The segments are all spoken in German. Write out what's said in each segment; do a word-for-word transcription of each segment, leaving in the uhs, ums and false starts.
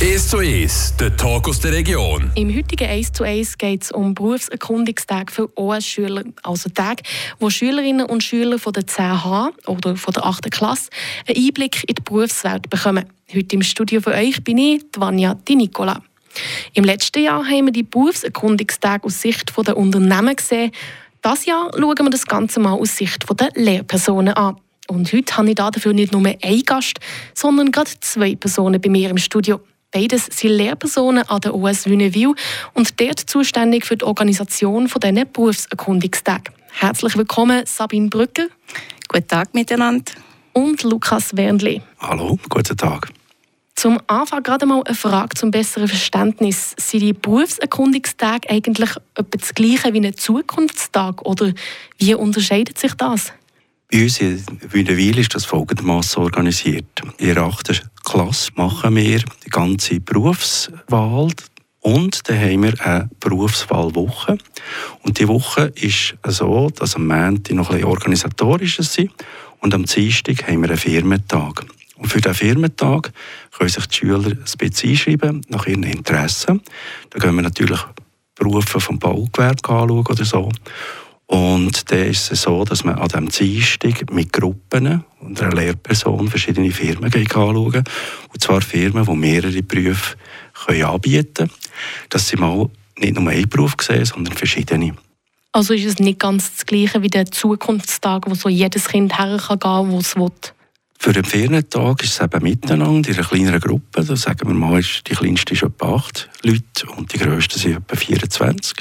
eins zu eins, der Talk aus der Region. Im heutigen eins zu eins geht es um Berufserkundungstage für O S-Schüler, also Tage, wo Schülerinnen und Schüler von der zehn H oder von der achten Klasse einen Einblick in die Berufswelt bekommen. Heute im Studio für euch bin ich, Vanja Di Nicola. Im letzten Jahr haben wir die Berufserkundungstage aus Sicht der Unternehmen gesehen. Dieses Jahr schauen wir das Ganze mal aus Sicht der Lehrpersonen an. Und heute habe ich dafür nicht nur einen Gast, sondern gerade zwei Personen bei mir im Studio. Beides sind Lehrpersonen an der O S Wünnewil und dort zuständig für die Organisation dieser Berufserkundungstage. Herzlich willkommen, Sabine Brücker. Guten Tag miteinander. Und Lukas Wernli. Hallo, guten Tag. Zum Anfang gerade mal eine Frage zum besseren Verständnis. Sind die Berufserkundungstage eigentlich etwa das Gleiche wie ein Zukunftstag oder wie unterscheidet sich das? Bei uns in Wünnewil ist das folgendermaßen organisiert. In der achten Klasse machen wir die ganze Berufswahl und dann haben wir eine Berufswahlwoche. Und die Woche ist so, dass am Montag noch ein bisschen organisatorisches sind und am Dienstag haben wir einen Firmentag. Und für diesen Firmentag können sich die Schüler ein bisschen einschreiben, nach ihren Interessen. Da gehen wir natürlich Berufe vom Baugewerbe anschauen oder so. Und dann ist es so, dass man an diesem Dienstag mit Gruppen und einer Lehrperson verschiedene Firmen anschauen. Und zwar Firmen, die mehrere Berufe können anbieten können. Dass sie mal nicht nur einen Beruf sehen, sondern verschiedene. Also ist es nicht ganz das Gleiche wie der Zukunftstag, wo so jedes Kind hergehen kann, wo es will? Für den Ferientag ist es eben miteinander in einer kleineren Gruppe. Da sagen wir mal, die kleinste ist etwa acht Leute und die grössten sind etwa vierundzwanzig.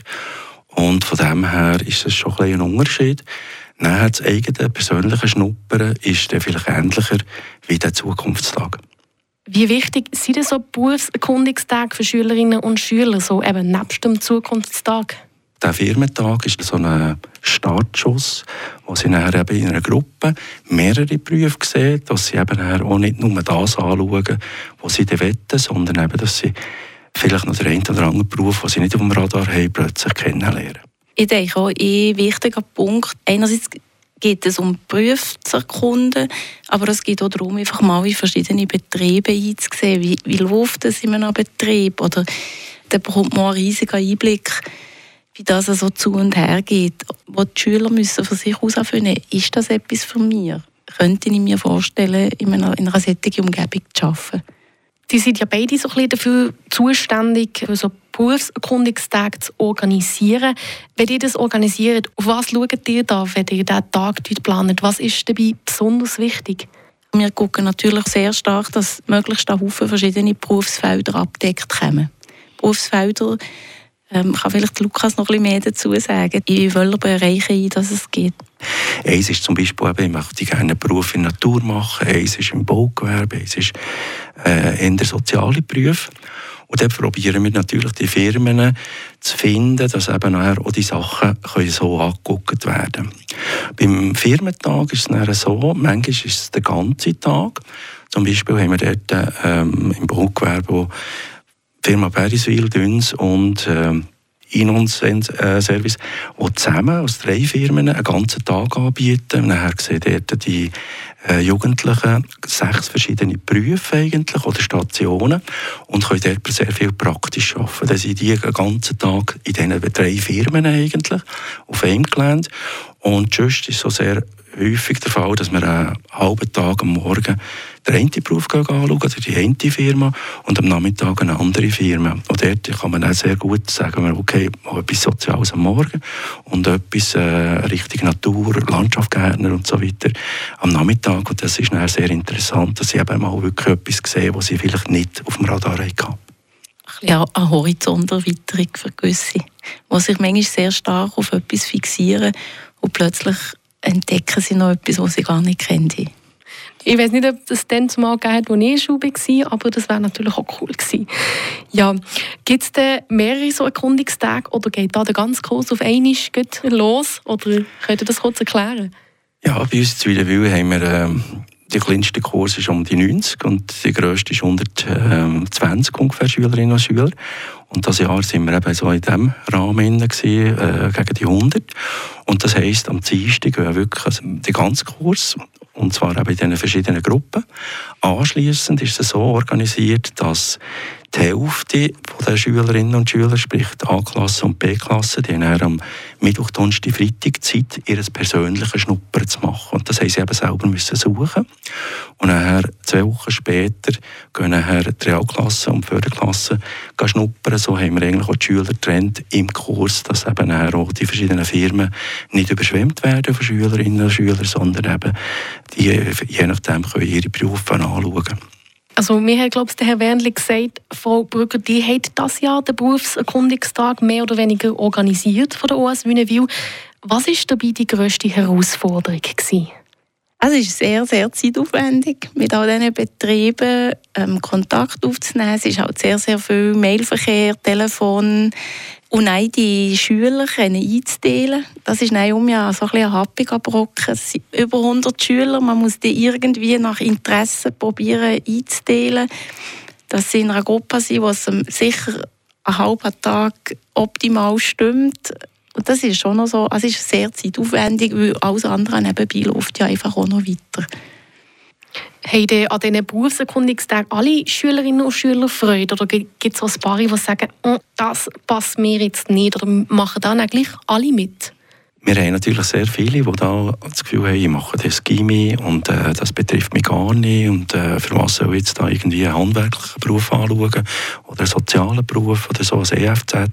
Und von dem her ist es schon ein, ein Unterschied. Nachher das eigene persönliche Schnuppern ist dann vielleicht ähnlicher wie der Zukunftstag. Wie wichtig sind denn so Berufserkundungstage für Schülerinnen und Schüler, so eben nebst dem Zukunftstag? Der Firmentag ist so ein Startschuss, wo sie nachher eben in einer Gruppe mehrere Berufe sehen, dass sie eben auch nicht nur das anschauen, was sie wollen, sondern eben, dass sie vielleicht noch den einen oder anderen Beruf, den sie nicht auf dem Radar haben, plötzlich kennenlernen. Ich denke auch, ein wichtiger Punkt, einerseits geht es um Berufe zu erkunden, aber es geht auch darum, einfach mal in verschiedene Betriebe einzusehen. Wie, wie läuft es in einem Betrieb? Oder da bekommt man einen riesigen Einblick, wie das so zu und her geht. Wo die Schüler müssen für sich herausfinden, ist das etwas für mich? Könnte ich mir vorstellen, in einer, in einer solchen Umgebung zu arbeiten? Die sind ja beide so ein bisschen dafür zuständig, so Berufserkundungstage zu organisieren. Wenn ihr das organisiert, auf was schaut ihr da, wenn ihr diesen Tag plant? Was ist dabei besonders wichtig? Wir schauen natürlich sehr stark, dass möglichst ein Haufen verschiedene Berufsfelder abgedeckt kommen. Berufsfelder ähm, kann vielleicht Lukas noch ein bisschen mehr dazu sagen, in welchen Bereichen das es geht. Eins ist zum Beispiel, eben, ich möchte gerne einen Beruf in der Natur machen, eins ist im Baugewerbe, eins ist äh, in der sozialen Berufe. Und dann probieren wir natürlich die Firmen zu finden, dass eben nachher auch die Sachen können so angeguckt werden. Beim Firmentag ist es dann so, manchmal ist es der ganze Tag. Zum Beispiel haben wir dort ähm, im Baugewerbe die Firma Beriswil, Düns und äh, Inons-Service, die zusammen aus drei Firmen einen ganzen Tag anbieten. Nachher sehen dort die äh, Jugendlichen sechs verschiedene Berufe eigentlich, oder Stationen und können dort sehr viel praktisch arbeiten. Dann sind die den ganzen Tag in diesen drei Firmen eigentlich, auf einem Gelände. Und sonst ist so sehr häufig der Fall, dass wir einen halben Tag am Morgen den einen Beruf anschauen, oder die eine Firma, und am Nachmittag eine andere Firma. Und dort kann man auch sehr gut sagen, okay, mal etwas Soziales am Morgen und etwas äh, Richtung Natur, Landschaftsgärtner und so weiter am Nachmittag. Und das ist dann sehr interessant, dass sie eben mal wirklich etwas sehen, was sie vielleicht nicht auf dem Radar hatten. Ja, eine Horizonterweiterung für gewisse, die sich manchmal sehr stark auf etwas fixieren und plötzlich entdecken sie noch etwas, was sie gar nicht kennen. Ich weiß nicht, ob das dann zumal gegeben hat, als ich in der Schule war, aber das wäre natürlich auch cool gewesen. Ja, gibt es denn mehrere so Erkundungstage oder geht da der ganze Kurs auf einmal los? Oder könnt ihr das kurz erklären? Ja, bei uns in Wünnewil haben wir ähm, der kleinste Kurs ist um die neunzig und der grösste ist hundertzwanzig ungefähr Schülerinnen und Schüler. Und das Jahr sind wir eben so in diesem Rahmen gewesen, äh, gegen die hundert. Und das heisst, am Dienstag gehen wirklich also den ganzen Kurs, und zwar eben in diesen verschiedenen Gruppen. Anschliessend ist es so organisiert, dass Die Hälfte der Schülerinnen und Schüler, sprich die A-Klasse und B-Klasse, die haben dann am Mittwoch, Donnerstag, Freitag Zeit, ihr persönliches Schnuppern zu machen. Und das haben sie eben selber müssen suchen. Und dann, zwei Wochen später, gehen dann die Realklasse und die Förderklasse schnuppern. So haben wir eigentlich auch die Schüler getrennt im Kurs, dass eben dann auch die verschiedenen Firmen nicht überschwemmt werden von Schülerinnen und Schülern, sondern eben die, je nachdem, können ihre Berufe anschauen. Also mir hat, glaube ich, der Herr Wernli gesagt, Frau Brügger, die hat das Jahr den Berufserkundungstag mehr oder weniger organisiert von der O S Wünnewil. Was war dabei die grösste Herausforderung gewesen? Also es ist sehr, sehr zeitaufwendig, mit all diesen Betrieben ähm, Kontakt aufzunehmen. Es ist halt sehr, sehr viel Mailverkehr, Telefon und auch die Schüler einzuteilen. Das ist dann um ja so ein bisschen ein happiger Brocken. Es sind über hundert Schüler, man muss die irgendwie nach Interessen probieren einzuteilen. Dass sie in einer Gruppe sind, wo es sicher einen halben Tag optimal stimmt. Und das ist schon noch so, also es ist sehr zeitaufwendig, weil alles andere nebenbei läuft ja einfach auch noch weiter. Haben an diesen Berufserkundungstagen alle Schülerinnen und Schüler Freude? Oder gibt es auch ein paar, die sagen, oh, das passt mir jetzt nicht? Oder machen dann eigentlich alle mit? Wir haben natürlich sehr viele, die da das Gefühl haben, ich mache das Gymi und äh, das betrifft mich gar nicht. Und äh, für was soll ich jetzt da irgendwie einen handwerklichen Beruf anschauen oder einen sozialen Beruf oder so, ein E F Z?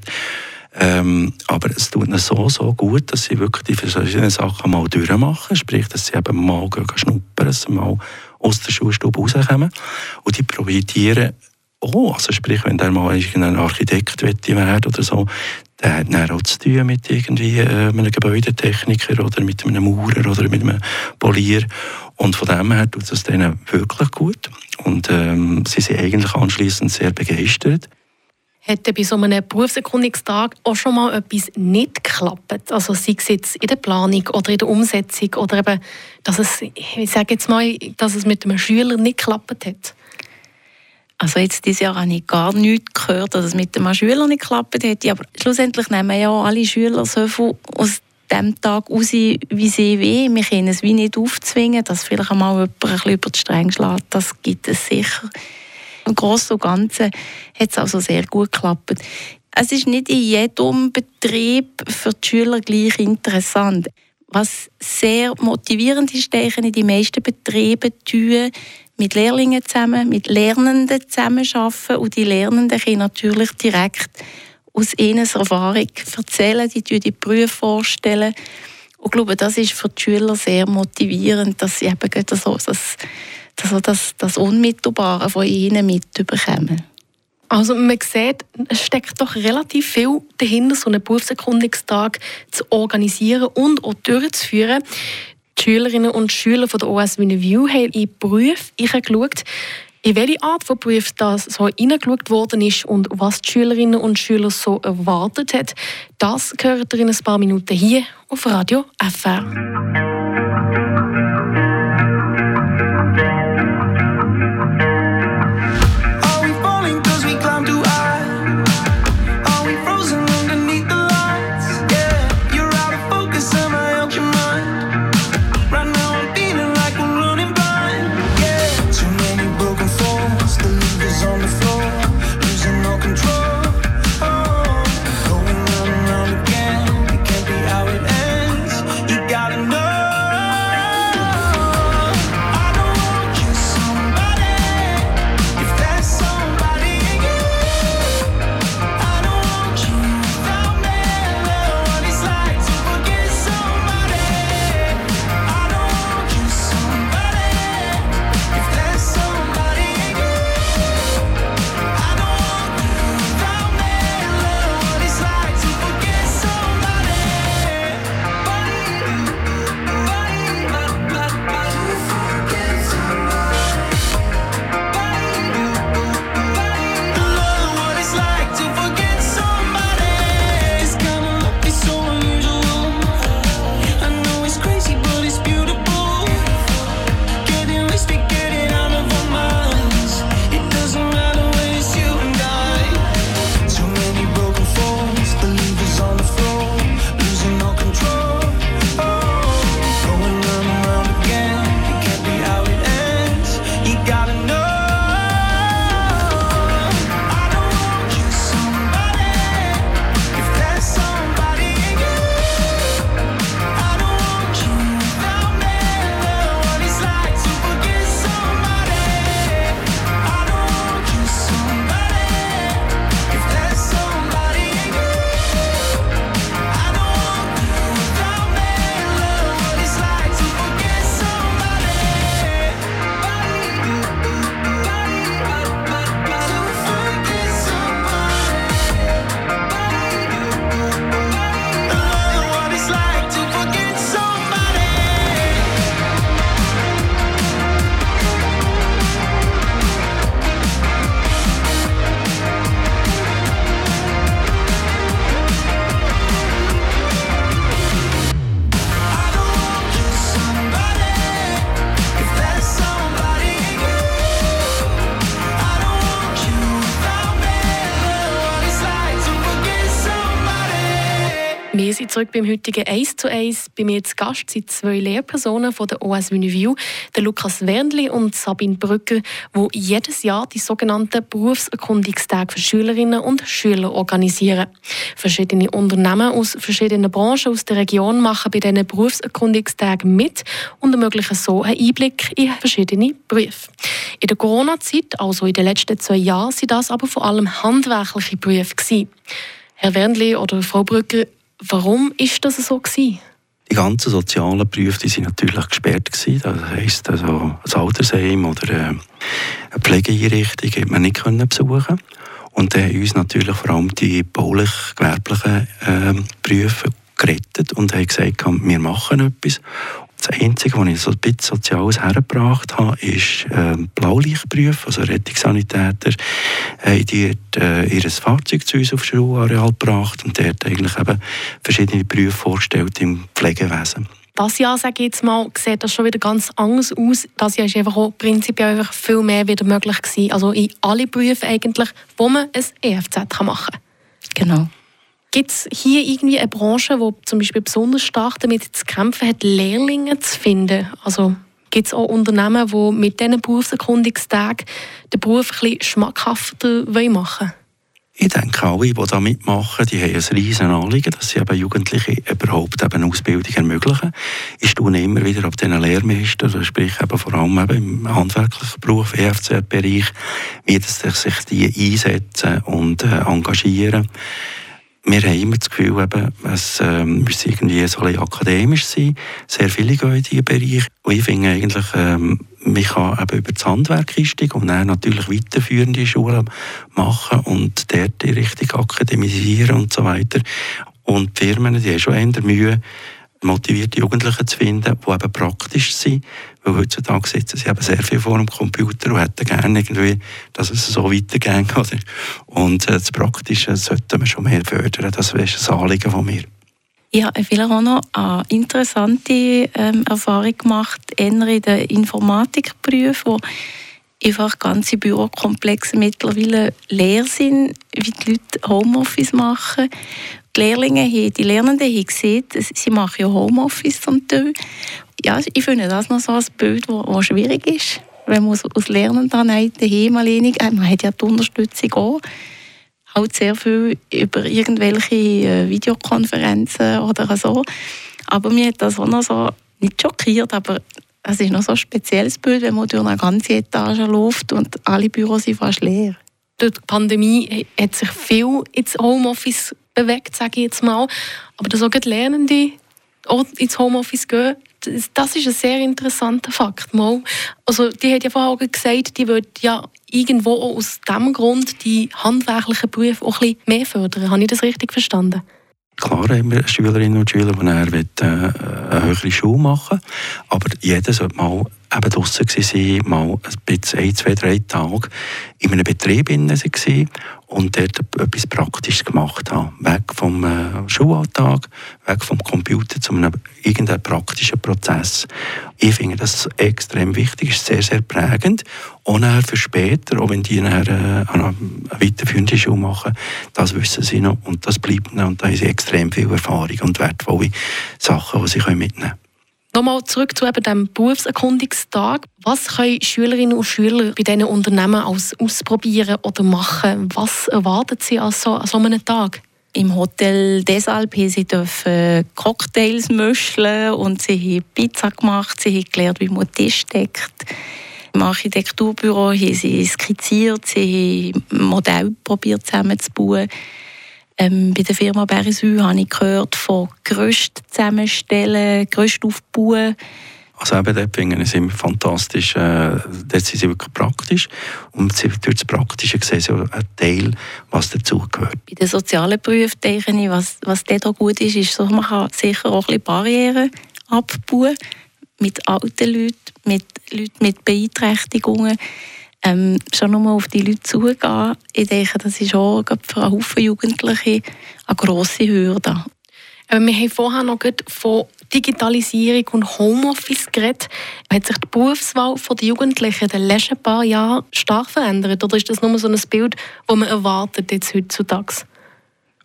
Ähm, aber es tut ihnen so, so gut, dass sie wirklich die verschiedenen Sachen mal durchmachen. Sprich, dass sie eben mal gehen, schnuppern, dass sie mal aus der Schulstube rauskommen. Und die profitieren auch. Also sprich, wenn der mal ein Architekt werden oder so, der hat dann auch zu tun mit irgendwie, äh, einem Gebäudetechniker oder mit einem Maurer oder mit einem Polier. Und von dem her tut es denen wirklich gut. Und ähm, sie sind eigentlich anschliessend sehr begeistert. Hat bei so einem Berufserkundungstag auch schon mal etwas nicht geklappt? Also sei es jetzt in der Planung oder in der Umsetzung oder eben, dass es, ich sage jetzt mal, dass es mit einem Schüler nicht geklappt hat? Also jetzt dieses Jahr habe ich gar nichts gehört, dass es mit einem Schüler nicht geklappt hätte. Aber schlussendlich nehmen ja alle Schüler so viel aus dem Tag raus, wie sie wollen. Wir können es wie nicht aufzwingen, dass vielleicht einmal jemand ein bisschen über die Stränge schlägt. Das gibt es sicher. Im Großen und Ganzen hat es also sehr gut geklappt. Es ist nicht in jedem Betrieb für die Schüler gleich interessant. Was sehr motivierend ist, denke ich, die meisten Betriebe tun mit Lehrlingen zusammen, mit Lernenden zusammenarbeiten. Und die Lernenden können natürlich direkt aus ihrer Erfahrung erzählen, die die Berufe vorstellen. Und ich glaube, das ist für die Schüler sehr motivierend, dass sie eben so das Also das, das Unmittelbare von ihnen mitbekommen. Also man sieht, es steckt doch relativ viel dahinter, so einen Berufserkundungstag zu organisieren und auch durchzuführen. Die Schülerinnen und Schüler von der O S Wünnewil haben in Berufe geschaut, in welche Art von Beruf das so hineingeschaut worden ist und was die Schülerinnen und Schüler so erwartet hat. Das gehört ihr in ein paar Minuten hier auf Radio F R. Gotta know sind zurück beim heutigen eins zu eins. Bei mir zu Gast sind zwei Lehrpersonen von der O S Wünnewil, der Lukas Wernli und Sabine Brücker, die jedes Jahr die sogenannten Berufserkundungstage für Schülerinnen und Schüler organisieren. Verschiedene Unternehmen aus verschiedenen Branchen aus der Region machen bei diesen Berufserkundungstagen mit und ermöglichen so einen Einblick in verschiedene Berufe. In der Corona-Zeit, also in den letzten zwei Jahren, waren das aber vor allem handwerkliche Berufe gewesen. Herr Wernli oder Frau Brücker, warum war das so gewesen? Die ganzen sozialen Berufe die sind natürlich gesperrt gewesen. Das heisst, also ein Altersheim oder eine Pflegeeinrichtung konnte man nicht besuchen. Und dann haben uns natürlich vor allem die baulich-gewerblichen äh, Berufe gerettet und haben gesagt, wir machen etwas. Das Einzige, was ich so ein bisschen Soziales hergebracht habe, ist äh, Blaulichtberufe, also Rettungssanitäter, haben dort äh, ihr Fahrzeug zu uns auf das Schulareal gebracht und dort eigentlich eben verschiedene Berufe vorgestellt im Pflegewesen. Das Jahr, sage ich jetzt mal, sieht das schon wieder ganz anders aus. Das Jahr war einfach auch prinzipiell einfach viel mehr wieder möglich gewesen. Also in alle Berufe eigentlich, wo man ein E F Z machen kann. Genau. Gibt es hier irgendwie eine Branche, die zum Beispiel besonders stark damit zu kämpfen hat, Lehrlinge zu finden? Also gibt es auch Unternehmen, die mit diesen Berufserkundungstagen den Beruf ein bisschen schmackhafter machen wollen? Ich denke, alle, die da mitmachen, die haben ein riesen Anliegen, dass sie eben Jugendliche überhaupt eben Ausbildung ermöglichen. Ich staune immer wieder auf diesen Lehrmeistern, sprich eben vor allem eben im handwerklichen Beruf, E F Z-Bereich, wie das sich die einsetzen und äh, engagieren. Wir haben immer das Gefühl, eben, es ähm, müsse irgendwie so ein bisschen akademisch sein. Sehr viele gehen in diesen Bereich. Und ich finde eigentlich, ähm, man kann eben über das Handwerk einsteigen und dann natürlich weiterführende Schulen machen und dort die Richtung akademisieren und so weiter. Und die Firmen, die haben schon eher Mühe, motivierte Jugendliche zu finden, die eben praktisch sind. Weil heutzutage sitzen sie eben sehr viel vor dem Computer und hätten gerne irgendwie, dass es so weitergeht. Und das Praktische sollte man schon mehr fördern. Das ist ein Anliegen von mir. Ich habe vielleicht auch noch eine interessante ähm, Erfahrung gemacht, eher in den Informatikberufen, wo einfach ganze Bürokomplexe mittlerweile leer sind, wie die Leute Homeoffice machen. Die Lehrlinge, die Lernenden haben gesehen, sie machen ja Homeoffice zum Teil. Ja, ich finde das noch so ein Bild, das schwierig ist. Wenn man als Lernender daheim alleine, man hat ja die Unterstützung auch, halt sehr viel über irgendwelche Videokonferenzen oder so. Aber mir hat das auch noch so, nicht schockiert, aber es ist noch so ein spezielles Bild, wenn man durch eine ganze Etage läuft und alle Büros sind fast leer. Durch die Pandemie hat sich viel ins Homeoffice bewegt, sage ich jetzt mal. Aber dass auch die Lernenden auch ins Homeoffice gehen, das ist ein sehr interessanter Fakt. Mal. Also, die hat ja vorher auch gesagt, die würde ja irgendwo auch aus diesem Grund die handwerklichen Berufe auch ein bisschen mehr fördern. Habe ich das richtig verstanden? Klar haben wir Schülerinnen und Schüler, die dann äh, eine höhere Schule machen wollen. Aber jeder sollte mal eben draussen sein, mal ein bisschen ein, zwei, drei Tage in einem Betrieb sein und dort etwas Praktisches gemacht haben. Weg vom äh, Schulalltag, weg vom Computer zu einem irgendeinem praktischen Prozess. Ich finde das extrem wichtig, ist sehr, sehr prägend. Auch für später, auch wenn die nachher, äh, eine weiterführende Schule machen, das wissen sie noch und das bleibt noch. Und da haben sie extrem viel Erfahrung und wertvolle Sachen, die sie mitnehmen können. Nochmal zurück zu eben dem Berufserkundungstag. Was können Schülerinnen und Schüler bei diesen Unternehmen als ausprobieren oder machen? Was erwarten sie an so, an so einem Tag? Im Hotel Desalp sie dürfen Cocktails mischen und sie haben Pizza gemacht, sie haben gelernt, wie man Tisch deckt. Im Architekturbüro haben sie skizziert, sie haben Modelle probiert zusammenzubauen. Ähm, bei der Firma Berisü habe ich gehört von Gerüst zusammenstellen, Gerüst aufbauen. Also eben dort finde ich es immer fantastisch. Äh, dort sind sie wirklich praktisch. Und durch das Praktische sehen sie auch einen Teil, was dazugehört. Bei den sozialen Berufen denke ich, was, was dort auch gut ist, ist, so, man kann sicher auch ein bisschen Barrieren abbauen. Mit alten Leuten, mit Leuten mit Beeinträchtigungen. Ähm, schon nur auf die Leute zugehen, ich denke, das ist auch für einen Haufen Jugendliche eine grosse Hürde. Wir haben vorher noch von Digitalisierung und Homeoffice geredet. Hat sich die Berufswahl der Jugendlichen in den letzten paar Jahren stark verändert? Oder ist das nur so ein Bild, das man erwartet jetzt heutzutage?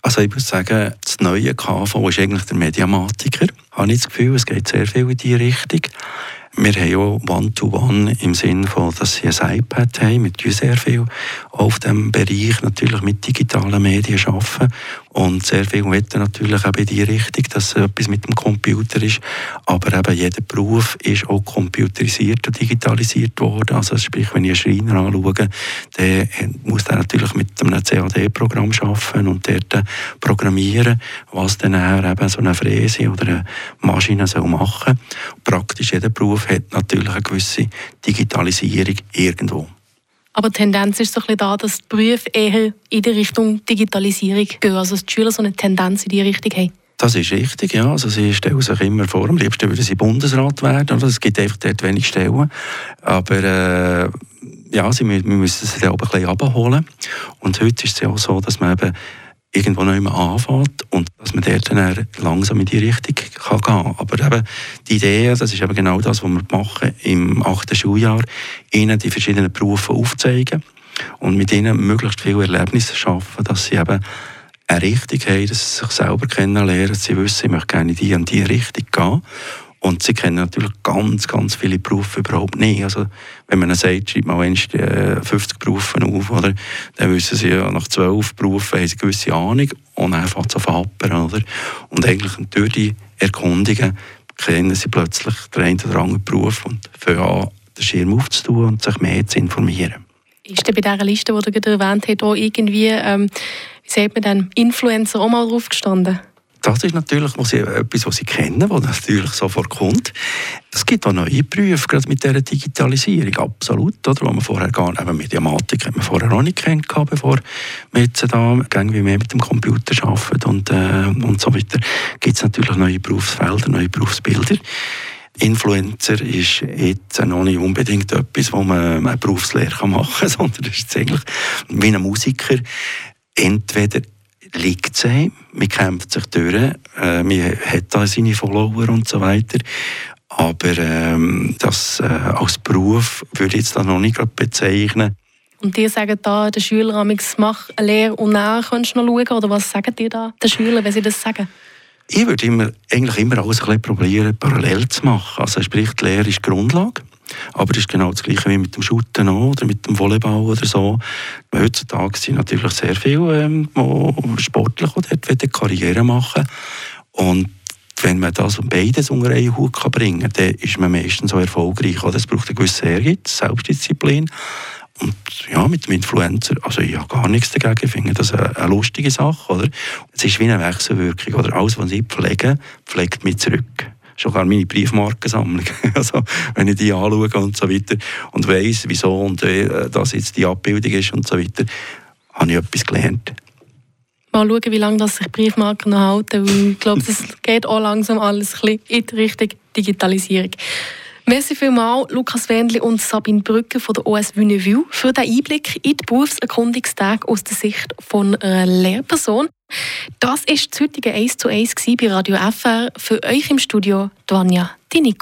Also ich muss sagen, das neue K V ist eigentlich der Mediamatiker. Ich habe nicht das Gefühl, es geht sehr viel in diese Richtung. Wir haben ja One-to-One im Sinne von, dass sie ein iPad haben. Wir tun sehr viel auf diesem Bereich natürlich mit digitalen Medien arbeiten. Und sehr viel wollen natürlich auch in die Richtung, dass etwas mit dem Computer ist. Aber eben jeder Beruf ist auch computerisiert und digitalisiert worden. Also sprich, wenn ich einen Schreiner anschaue, dann muss der natürlich mit einem C A D-Programm arbeiten und dort programmieren, was dann eben so eine Fräse oder eine Maschine soll machen soll. Praktisch jeder Beruf hat natürlich eine gewisse Digitalisierung irgendwo. Aber die Tendenz ist so ein bisschen da, dass die Berufe eher in die Richtung Digitalisierung gehen, also dass die Schüler so eine Tendenz in diese Richtung haben. Das ist richtig, ja. Also sie stellen sich immer vor, am liebsten würden sie Bundesrat werden. Oder? Es gibt einfach dort wenig Stellen. Aber äh, ja, sie, wir müssen sie dann auch ein bisschen abholen. Und heute ist es ja auch so, dass man eben irgendwo noch immer anfängt und dass man dort dann langsam in die Richtung kann gehen kann. Aber eben die Idee, das ist eben genau das, was wir machen im achten Schuljahr, ihnen die verschiedenen Berufe aufzeigen und mit ihnen möglichst viele Erlebnisse schaffen, dass sie eben eine Richtung haben, dass sie sich selber kennenlernen, dass sie wissen, ich möchte gerne in die und die Richtung gehen. Und sie kennen natürlich ganz, ganz viele Berufe überhaupt nicht. Also, wenn man ihnen sagt, schreibt mal fünfzig Berufe auf, oder? Dann wissen sie ja, nach zwölf Berufen haben sie eine gewisse Ahnung und dann fängt es an zu oder? Und eigentlich durch die Erkundungen kennen sie plötzlich den einen oder anderen Beruf und fangen an, den Schirm aufzutun und sich mehr zu informieren. Ist denn bei dieser Liste, die du gerade erwähnt hast, auch irgendwie, ähm, wie sagt man denn, Influencer auch mal drauf gestanden? Das ist natürlich was sie, etwas, was sie kennen, was natürlich sofort kommt. Es gibt auch neue Berufe, gerade mit dieser Digitalisierung, absolut. Oder? Wo man vorher gar nicht, eben Mediamatik hat man vorher noch nicht kennt, bevor wir jetzt da irgendwie mehr mit dem Computer arbeiten und, äh, und so weiter. Gibt es natürlich neue Berufsfelder, neue Berufsbilder. Influencer ist jetzt noch nicht unbedingt etwas, wo man eine Berufslehre machen kann, sondern es ist eigentlich wie ein Musiker. Entweder liegt es einem, man kämpft sich durch, äh, man hat da seine Follower und so weiter. Aber ähm, das äh, als Beruf würde ich jetzt da noch nicht gerade bezeichnen. Und die sagen da, der Schüler, mach eine Lehre und dann kannst du noch schauen, oder was sagen die da, den Schülern, wenn sie das sagen? Ich würde immer, eigentlich immer alles ein bisschen probieren, parallel zu machen. Also sprich, die Lehre ist die Grundlage. Aber es ist genau das Gleiche wie mit dem Shooten oder mit dem Volleyball oder so. Heutzutage sind natürlich sehr viele ähm, sportlich, die dort Karriere machen. Und wenn man das beides unter einen Hut bringen kann, dann ist man meistens so erfolgreich. Es braucht eine gewisse Ehrgeiz, Selbstdisziplin. Und ja, mit dem Influencer, also ich habe gar nichts dagegen, ich finde das eine, eine lustige Sache. Oder? Es ist wie eine Wechselwirkung. Oder? Alles, was ich pflege, pflegt mich zurück. Sogar meine Briefmarkensammlung. Also, wenn ich die anschaue und so weiter und weiss, wieso und äh, dass jetzt die Abbildung ist und so weiter, habe ich etwas gelernt. Mal schauen, wie lange das sich Briefmarken noch halten, weil ich glaube, es geht auch langsam alles ein bisschen in die Richtung Digitalisierung. Merci vielmals, Lukas Wendli und Sabine Brücke von der O S Wünnewil für den Einblick in die Berufserkundungstage aus der Sicht von einer Lehrperson. Das war das heutige eins zu eins bei Radio F R. Für euch im Studio, Vanja Dinico.